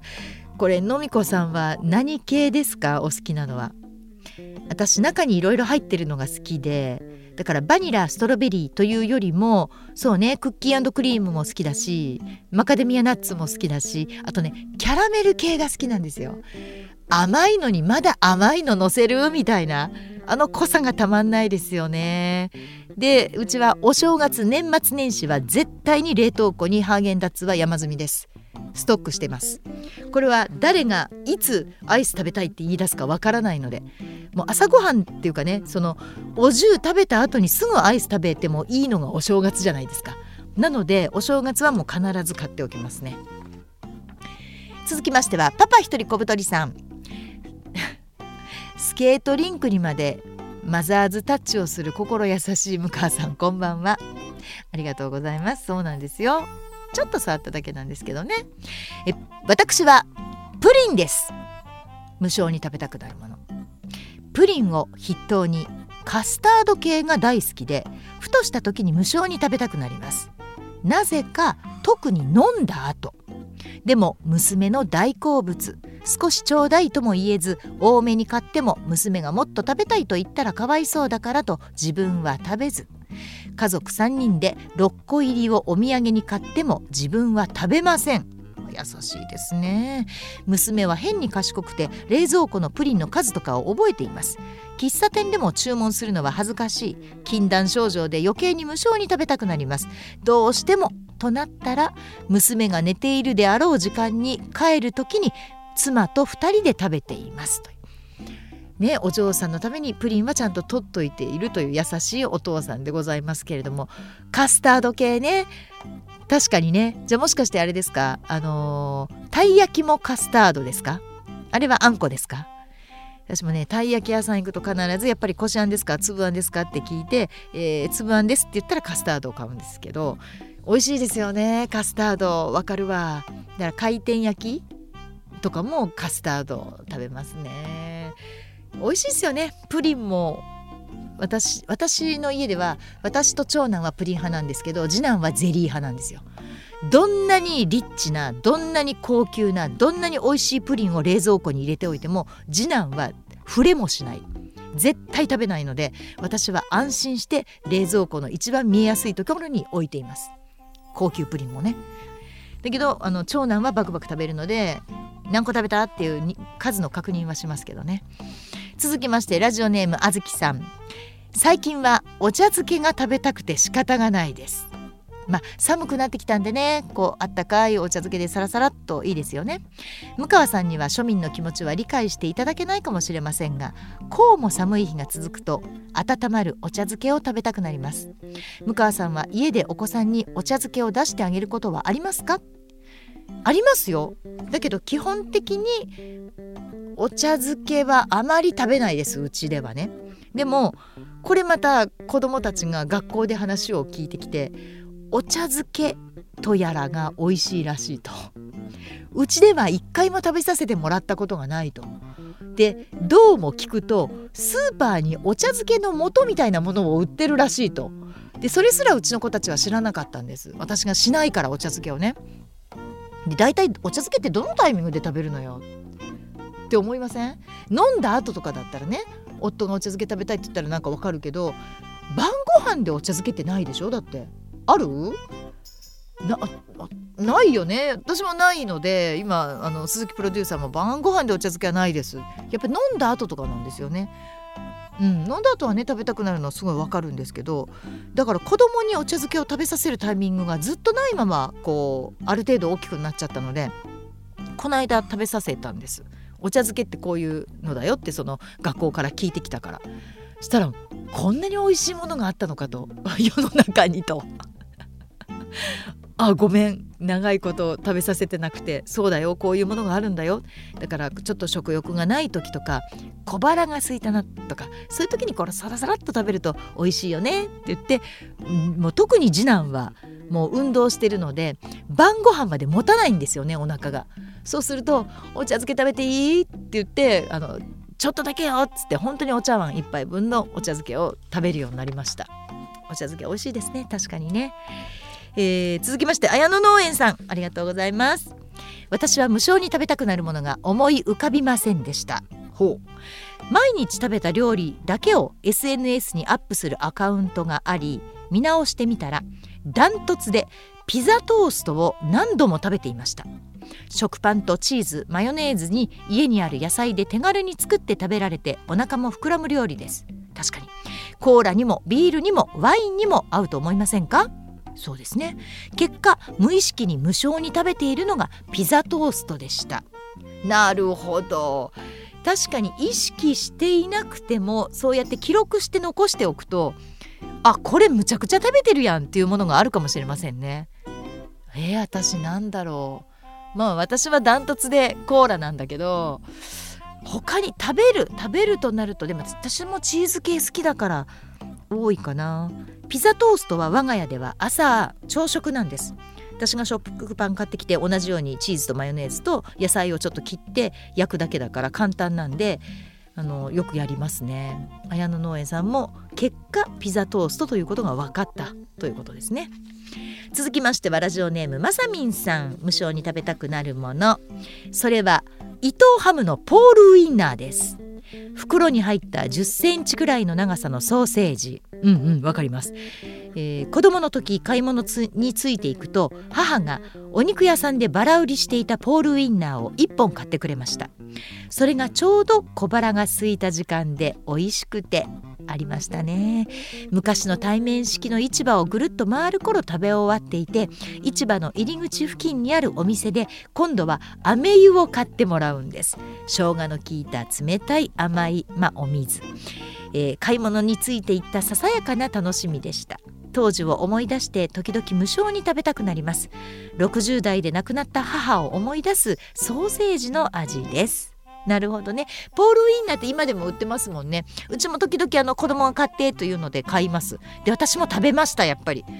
これのみこさんは何系ですか、お好きなのは。私中にいろいろ入ってるのが好きで、だからバニラストロベリーというよりも、そうね、クッキー&クリームも好きだし、マカデミアナッツも好きだし、あとねキャラメル系が好きなんですよ。甘いのにまだ甘いの乗せるみたいな、あの濃さがたまんないですよね。でうちはお正月年末年始は絶対に冷凍庫にハーゲンダッツは山積みです。ストックしてます。これは誰がいつアイス食べたいって言い出すかわからないので、もう朝ごはんっていうかね、そのお重食べた後にすぐアイス食べてもいいのがお正月じゃないですか。なのでお正月はもう必ず買っておきますね。続きましてはパパ一人小太りさんスケートリンクにまでマザーズタッチをする心優しい向川さん、こんばんは。ありがとうございます。そうなんですよ、ちょっと触っただけなんですけどね。え私はプリンです。無性に食べたくなるもの。プリンを筆頭にカスタード系が大好きで、ふとした時に無性に食べたくなります。なぜか特に飲んだ後。でも娘の大好物、少しちょうだいとも言えず、多めに買っても娘がもっと食べたいと言ったらかわいそうだからと自分は食べず、家族さんにんでろっこ入りをお土産に買っても自分は食べません。優しいですね。娘は変に賢くて冷蔵庫のプリンの数とかを覚えています。喫茶店でも注文するのは恥ずかしい。禁断症状で余計に無性に食べたくなります。どうしてもとなったら、娘が寝ているであろう時間に帰る時に妻とふたりで食べていますというね、お嬢さんのためにプリンはちゃんと取っといているという優しいお父さんでございますけれども、カスタード系ね、確かにね。じゃあもしかしてあれですか、あのー、たい焼きもカスタードですか？あれはあんこですか？私もね、たい焼き屋さん行くと必ずやっぱりこしあんですか粒あんですかって聞いて、えー、粒あんですって言ったらカスタードを買うんですけど、美味しいですよねカスタード。わかるわ。だから回転焼きとかもカスタード食べますね。 美味しいですよね。プリンも私私の家では私と長男はプリン派なんですけど、次男はゼリー派なんですよ。どんなにリッチな、どんなに高級な、どんなに美味しいプリンを冷蔵庫に入れておいても次男は触れもしない、絶対食べないので、私は安心して冷蔵庫の一番見えやすいところに置いています。高級プリンもね。だけどあの長男はバクバク食べるので、何個食べたっていう数の確認はしますけどね。続きましてラジオネームあずきさん。最近はお茶漬けが食べたくて仕方がないです。まあ、寒くなってきたんでね、こうあったかいお茶漬けでサラサラっといいですよね。向川さんには庶民の気持ちは理解していただけないかもしれませんが、こうも寒い日が続くと温まるお茶漬けを食べたくなります。向川さんは家でお子さんにお茶漬けを出してあげることはありますか？ありますよ。だけど基本的にお茶漬けはあまり食べないです、うちではね。でもこれまた子どもたちが学校で話を聞いてきて、お茶漬けとやらが美味しいらしいと。うちでは一回も食べさせてもらったことがないと。でどうも聞くとスーパーにお茶漬けの素みたいなものを売ってるらしいと。でそれすらうちの子たちは知らなかったんです。私がしないからお茶漬けをね。で大体お茶漬けってどのタイミングで食べるのよって思いません？飲んだ後とかだったらね、夫がお茶漬け食べたいって言ったらなんかわかるけど、晩ご飯でお茶漬けってないでしょ。だってある？な、ないよね。私もないので、今あの鈴木プロデューサーも晩ご飯でお茶漬けはないです。やっぱり飲んだ後とかなんですよね。うん、飲んだ後はね食べたくなるのはすごいわかるんですけど、だから子供にお茶漬けを食べさせるタイミングがずっとないままこうある程度大きくなっちゃったので、この間食べさせたんです。お茶漬けってこういうのだよって、その学校から聞いてきたから。したらこんなに美味しいものがあったのかと世の中にとあ、ごめん、長いこと食べさせてなくて、そうだよ、こういうものがあるんだよ。だからちょっと食欲がない時とか、小腹が空いたなとか、そういう時にこれサラサラっと食べると美味しいよねって言って、もう特に次男はもう運動してるので晩ご飯まで持たないんですよね、お腹が。そうするとお茶漬け食べていいって言って、あのちょっとだけよっつって本当にお茶碗一杯分のお茶漬けを食べるようになりました。お茶漬け美味しいですね、確かにね。えー、続きまして綾野農園さん、ありがとうございます。私は無性に食べたくなるものが思い浮かびませんでした。ほう。毎日食べた料理だけを エスエヌエス にアップするアカウントがあり、見直してみたらダントツでピザトーストを何度も食べていました。食パンとチーズ、マヨネーズに家にある野菜で手軽に作って食べられてお腹も膨らむ料理です。確かにコーラにもビールにもワインにも合うと思いませんか？そうですね。結果無意識に無性に食べているのがピザトーストでした。なるほど。確かに意識していなくてもそうやって記録して残しておくと、あ、これむちゃくちゃ食べてるやんっていうものがあるかもしれませんね。えー、私なんだろう。まあ私はダントツでコーラなんだけど、他に食べる食べるとなると、でも私もチーズ系好きだから多いかな。ピザトーストは我が家では朝朝食なんです。私が食パン買ってきて同じようにチーズとマヨネーズと野菜をちょっと切って焼くだけだから簡単なんで、あのよくやりますね。綾野農園さんも結果ピザトーストということが分かったということですね。続きましてはラジオネームまさみんさん、無性に食べたくなるもの、それは伊藤ハムのポールウインナーです。袋に入ったじゅっセンチくらいの長さのソーセージ、うんうんわかります。えー、子供の時買い物つについていくと母がお肉屋さんでバラ売りしていたポールウインナーをいっぽん買ってくれました。それがちょうど小腹が空いた時間で美味しくてありましたね。昔の対面式の市場をぐるっと回る頃食べ終わっていて、市場の入り口付近にあるお店で今度は飴湯を買ってもらうんです。生姜の効いた冷たい甘い、まあ、お水、えー、買い物についていったささやかな楽しみでした。当時を思い出して時々無性に食べたくなります。ろくじゅう代で亡くなった母を思い出すソーセージの味です。なるほどね。ポールウインナーって今でも売ってますもんね。うちも時々あの子供が買ってというので買います。で私も食べました。やっぱり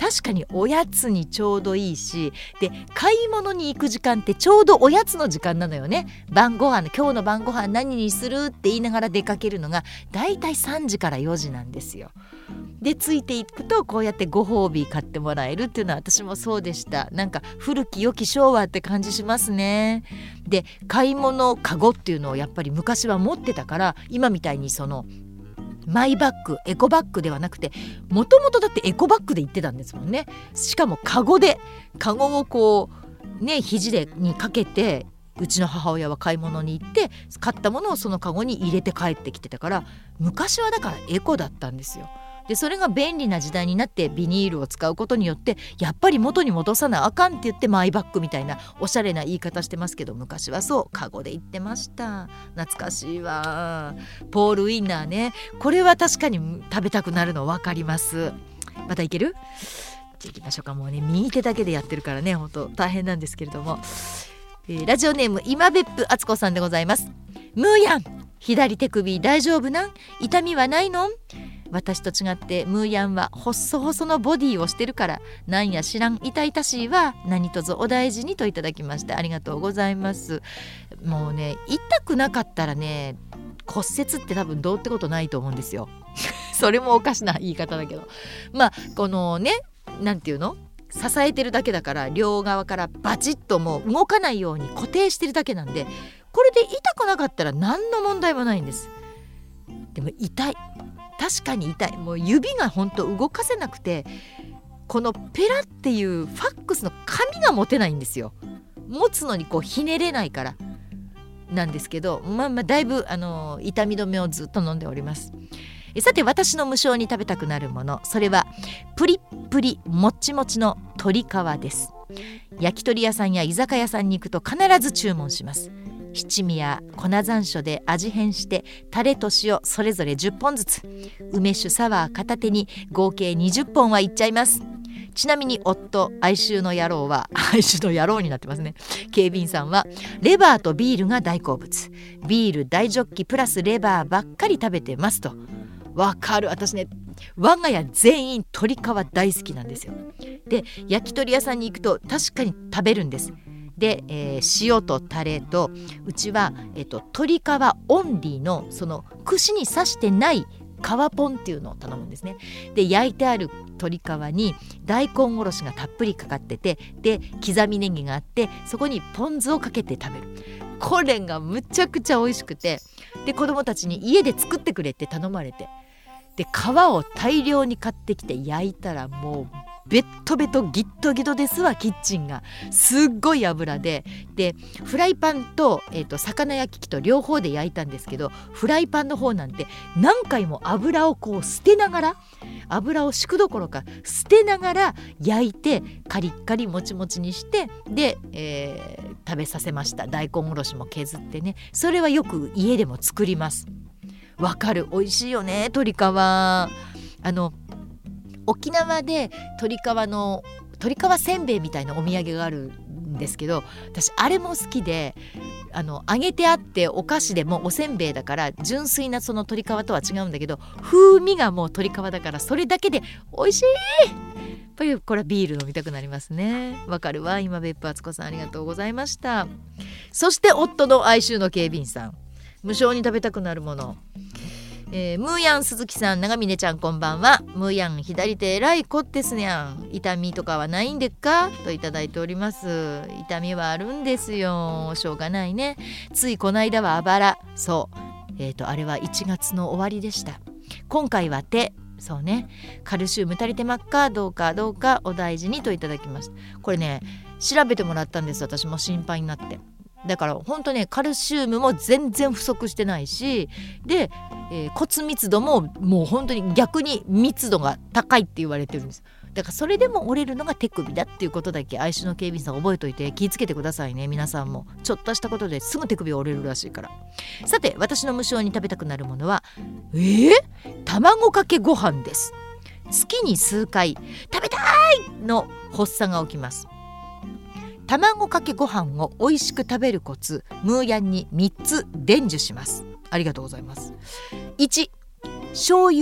確かにおやつにちょうどいいし、で買い物に行く時間ってちょうどおやつの時間なのよね。晩ご飯、今日の晩ご飯何にするって言いながら出かけるのがだいたいさんじからよじなんですよ。でついていくとこうやってご褒美買ってもらえるっていうのは私もそうでした。なんか古き良き昭和って感じしますね。で買い物カゴっていうのをやっぱり昔は持ってたから、今みたいにそのマイバッグ、エコバッグではなくて、もともとだってエコバッグで行ってたんですもんね。しかもカゴで、カゴをこうね肘でにかけて、うちの母親は買い物に行って買ったものをそのカゴに入れて帰ってきてたから、昔はだからエコだったんですよ。でそれが便利な時代になってビニールを使うことによって、やっぱり元に戻さなあかんって言ってマイバッグみたいなおしゃれな言い方してますけど、昔はそうカゴで行ってました。懐かしいわ。ポールウインナーね、これは確かに食べたくなるの分かります。またいける？じゃあ行きましょうか。もうね右手だけでやってるからね、本当大変なんですけれども、えー、ラジオネーム今別府敦子さんでございます。ムーヤン、左手首大丈夫なん？痛みはないの？私と違ってムーヤンは細々のボディをしてるから、なんや知らん痛々しいわ。何卒お大事にといただきましてありがとうございます。もうね痛くなかったらね骨折って多分どうってことないと思うんですよそれもおかしな言い方だけど、まあこのねなんていうの、支えてるだけだから、両側からバチッともう動かないように固定してるだけなんで、これで痛くなかったら何の問題もないんです。でも痛い、確かに痛い。もう指が本当動かせなくて、このペラっていうファックスの紙が持てないんですよ。持つのにこうひねれないからなんですけど、まあまあだいぶあの痛み止めをずっと飲んでおります。さて私の無性に食べたくなるもの、それはプリップリもっちもちの鶏皮です。焼き鳥屋さんや居酒屋さんに行くと必ず注文します。七味や粉山椒で味変して、タレと塩それぞれじゅっぽんずつ、梅酒サワー片手に合計にじゅっぽんはいっちゃいます。ちなみに夫哀愁の野郎は哀愁の野郎になってますね。警備員さんはレバーとビールが大好物、ビール大ジョッキプラスレバーばっかり食べてますと。わかる。私ね我が家全員鶏皮大好きなんですよ。で焼き鳥屋さんに行くと確かに食べるんです。で、えー、塩とタレと、うちは、えーと、鶏皮オンリーのその串に刺してない皮ポンっていうのを頼むんですね。で焼いてある鶏皮に大根おろしがたっぷりかかってて、で刻みネギがあって、そこにポン酢をかけて食べる。これがむちゃくちゃ美味しくて、で子供たちに家で作ってくれって頼まれて、で皮を大量に買ってきて焼いたらもうベットベトギットギトですわ。キッチンがすっごい油で、でフライパンと、えーと、魚焼き器と両方で焼いたんですけど、フライパンの方なんて何回も油をこう捨てながら、油を敷くどころか捨てながら焼いて、カリッカリもちもちにして、で、えー、食べさせました。大根おろしも削ってね。それはよく家でも作ります。わかる、美味しいよね鶏皮。あの沖縄で鶏皮の鶏皮せんべいみたいなお土産があるんですけど、私あれも好きで、あの揚げてあってお菓子でもおせんべいだから純粋なその鶏皮とは違うんだけど、風味がもう鶏皮だからそれだけで美味しい。やっぱりこれはビール飲みたくなりますね。わかるわ。今別府敦子さんありがとうございました。そして夫の哀愁の警備員さん、無性に食べたくなるもの、えー、ムーヤン鈴木さん、長峰ちゃんこんばんは。ムーヤン左手えらいこってすにゃん、痛みとかはないんでっかといただいております。痛みはあるんですよ、しょうがないね。ついこの間はあばら、そう、えーとあれはいちがつの終わりでした。今回は手、そうね、カルシウム足りてまっか、どうかどうかお大事にといただきました。これね調べてもらったんです。私も心配になって。だから本当ねカルシウムも全然不足してないし、で、えー、骨密度ももう本当に逆に密度が高いって言われてるんです。だからそれでも折れるのが手首だっていうことだけ哀愁の警備員さん覚えといて気をつけてくださいね。皆さんもちょっとしたことですぐ手首折れるらしいから。さて私の無性に食べたくなるものはえー、卵かけご飯です。月に数回食べたいの発作が起きます。卵かけご飯を美味しく食べるコツ、ムーヤンにみっつ伝授します。ありがとうございます。いち、醤油は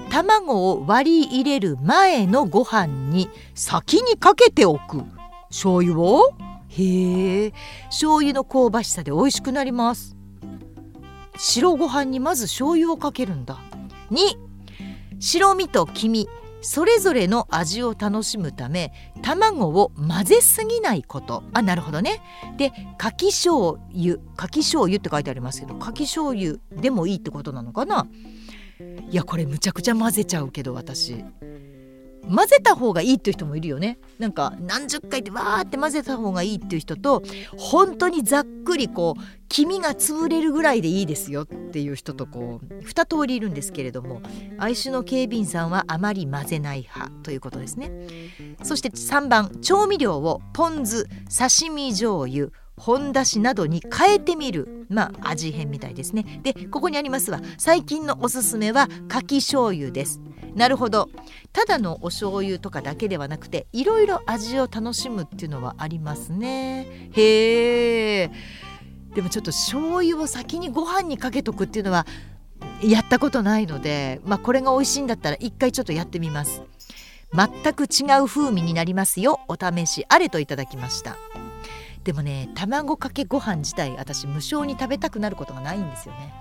卵を割り入れる前のご飯に先にかけておく。醤油をへえ、醤油の香ばしさで美味しくなります。白ご飯にまず醤油をかけるんだ。に、白身と黄身それぞれの味を楽しむため卵を混ぜすぎないこと。あ、なるほどね。で、かき醤油かき醤油って書いてありますけど、かき醤油でもいいってことなのかな。いや、これむちゃくちゃ混ぜちゃうけど、私混ぜた方がいいっていう人もいるよね。なんか何十回ってわーって混ぜた方がいいっていう人と、本当にざっくりこう黄身が潰れるぐらいでいいですよっていう人と、こう二通りいるんですけれども、愛種の警備員さんはあまり混ぜない派ということですね。そしてさんばん、調味料をポン酢、刺身醤油、本だしなどに変えてみる。まあ味変みたいですね。で、ここにありますわ、最近のおすすめはかき醤油です。なるほど。ただのお醤油とかだけではなくて、いろいろ味を楽しむっていうのはありますね。へえ。でもちょっと醤油を先にご飯にかけとくっていうのはやったことないので、まあこれが美味しいんだったら一回ちょっとやってみます。全く違う風味になりますよ、お試しあれといただきました。でもね、卵かけご飯自体私無性に食べたくなることがないんですよね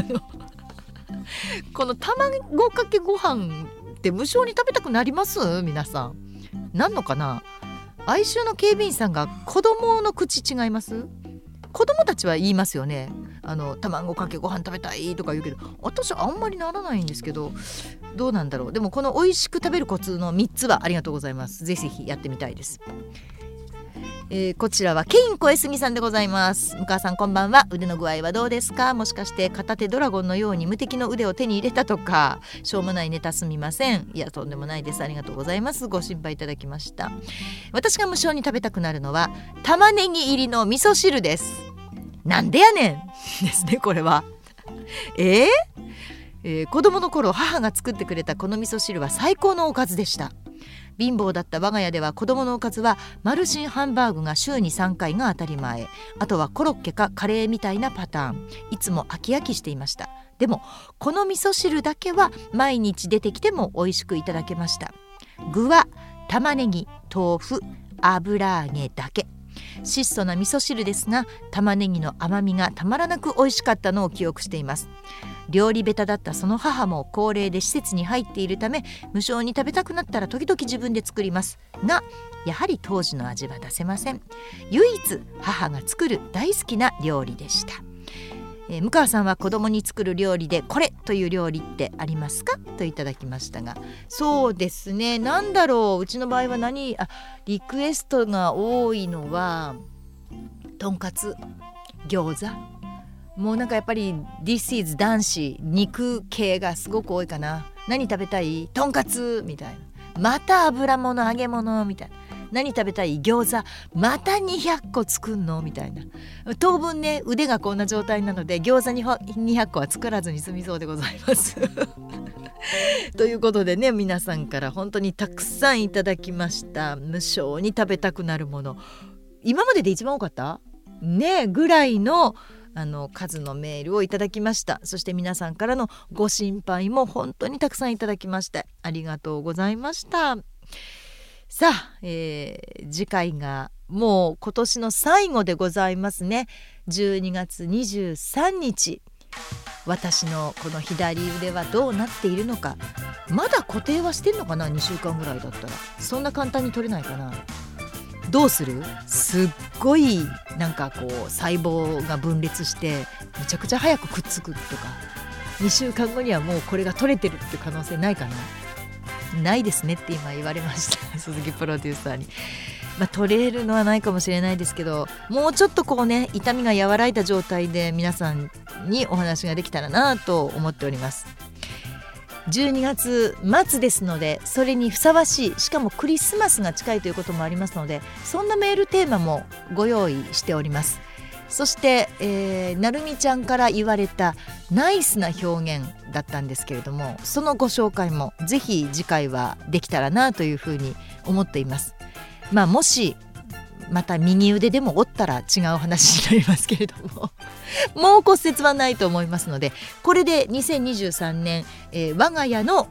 この卵かけご飯って無性に食べたくなります？皆さんなんのかな。愛愁の警備員さんが子供の口違います？子供たちは言いますよね。あの卵かけご飯食べたいとか言うけど、私はあんまりならないんですけど、どうなんだろう。でもこの美味しく食べるコツのみっつはありがとうございます。ぜひぜひやってみたいです。えー、こちらはケイン小江杉さんでございます。向川さんこんばんは。腕の具合はどうですか？もしかして片手ドラゴンのように無敵の腕を手に入れたとか。しょうもないネタすみません。いや、とんでもないです。ありがとうございます。ご心配いただきました。私が無性に食べたくなるのは玉ねぎ入りの味噌汁です。なんでやねんですね、これは。えーえー、子供の頃母が作ってくれたこの味噌汁は最高のおかずでした。貧乏だった我が家では子供のおかずはマルシンハンバーグが週にさんかいが当たり前。あとはコロッケかカレーみたいなパターン。いつも飽き飽きしていました。でもこの味噌汁だけは毎日出てきても美味しくいただけました。具は玉ねぎ、豆腐、油揚げだけ。質素な味噌汁ですが、玉ねぎの甘みがたまらなく美味しかったのを記憶しています。料理下手だったその母も高齢で施設に入っているため、無性に食べたくなったら時々自分で作りますが、やはり当時の味は出せません。唯一母が作る大好きな料理でした。えー、向川さんは子供に作る料理でこれという料理ってありますか？といただきましたが、そうですね、なんだろう。うちの場合は何あリクエストが多いのはとんかつ、餃子。もうなんかやっぱり This is 男子肉系がすごく多いかな。何食べたい？とんかつみたいな。また油物揚げ物みたいな。何食べたい？餃子。またにひゃっこ作んのみたいな。当分ね、腕がこんな状態なので餃子にひゃっこは作らずに済みそうでございますということでね、皆さんから本当にたくさんいただきました。無性に食べたくなるもの、今までで一番多かったねぐらいのあの数のメールをいただきました。そして皆さんからのご心配も本当にたくさんいただきましてありがとうございました。さあ、えー、次回がもう今年の最後でございますね。じゅうにがつにじゅうさんにち、私のこの左腕はどうなっているのか。まだ固定はしてんのかな。にしゅうかんぐらいだったらそんな簡単に取れないかな。どうする？すっごいなんかこう細胞が分裂してめちゃくちゃ早くくっつくとか、にしゅうかんごにはもうこれが取れてるっていう可能性ないかな。ないですねって今言われました鈴木プロデューサーに。まあ、取れるのはないかもしれないですけど、もうちょっとこうね、痛みが和らいだ状態で皆さんにお話ができたらなと思っております。じゅうにがつ末ですので、それにふさわしい、しかもクリスマスが近いということもありますので、そんなメールテーマもご用意しております。そして、えー、なるみちゃんから言われたナイスな表現だったんですけれども、そのご紹介もぜひ次回はできたらなというふうに思っています。まあもしまた右腕でも折ったら違う話になりますけれどももう骨折はないと思いますので、これでにせんにじゅうさんねん、えー、我が家の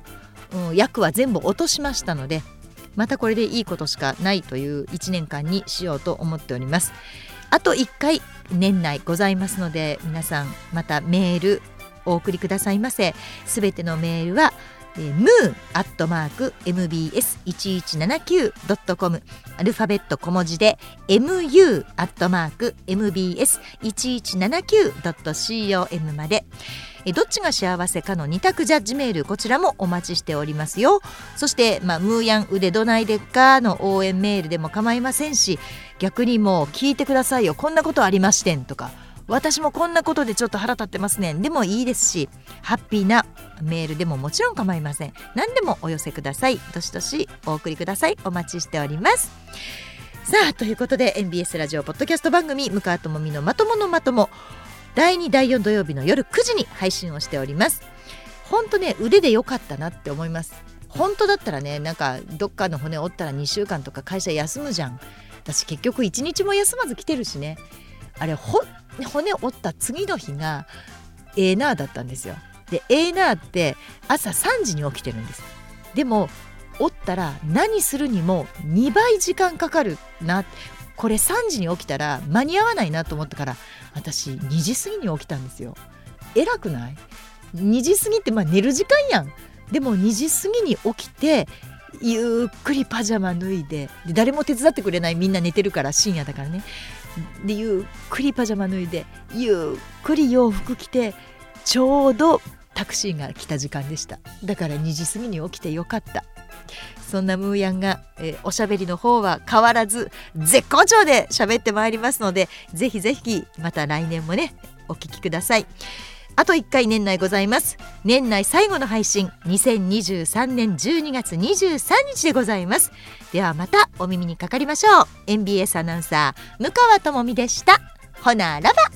うん、役は全部落としましたので、またこれでいいことしかないといういちねんかんにしようと思っております。あといっかい年内ございますので、皆さんまたメールお送りくださいませ。すべてのメールはムーアットマーク エムビーエスいちいちななきゅうドットコム、 アルファベット小文字で エムユー アットマーク エムビーエスいちいちななきゅうドットコム まで、えどっちが幸せかのに択ジャッジメール、こちらもお待ちしておりますよ。そして、まあ、ムーヤン腕どないでっかの応援メールでも構いませんし、逆にもう聞いてくださいよ、こんなことありましてんとか、私もこんなことでちょっと腹立ってますねでもいいですし、ハッピーなメールでももちろん構いません。何でもお寄せください。どしどしお送りください。お待ちしております。さあ、ということで エムビーエス ラジオポッドキャスト番組向川智美のまとものまとも、だいにだいよん土曜日の夜くじに配信をしております。本当ね、腕でよかったなって思います。本当だったらね、なんかどっかの骨折ったらにしゅうかんとか会社休むじゃん。私結局いちにちも休まず来てるしね。あれほ骨折った次の日がエーナーだったんですよ。でエーナーって朝さんじに起きてるんです。でも折ったら何するにもにばい時間かかるな、これさんじに起きたら間に合わないなと思ったから、私にじ過ぎに起きたんですよ。偉くない？にじ過ぎってまあ寝る時間やん。でもにじ過ぎに起きてゆっくりパジャマ脱い で, で誰も手伝ってくれない、みんな寝てるから、深夜だからね。でゆっくりパジャマ脱いでゆっくり洋服着て、ちょうどタクシーが来た時間でした。だからにじ過ぎに起きてよかった。そんなムーヤンが、えー、おしゃべりの方は変わらず絶好調で喋ってまいりますので、ぜひぜひまた来年もねお聞きください。あといっかい年内ございます。年内最後の配信にせんにじゅうさんねんじゅうにがつにじゅうさんにちでございます。ではまたお耳にかかりましょう。 エムビーエス アナウンサー向川智美でした。ほならば。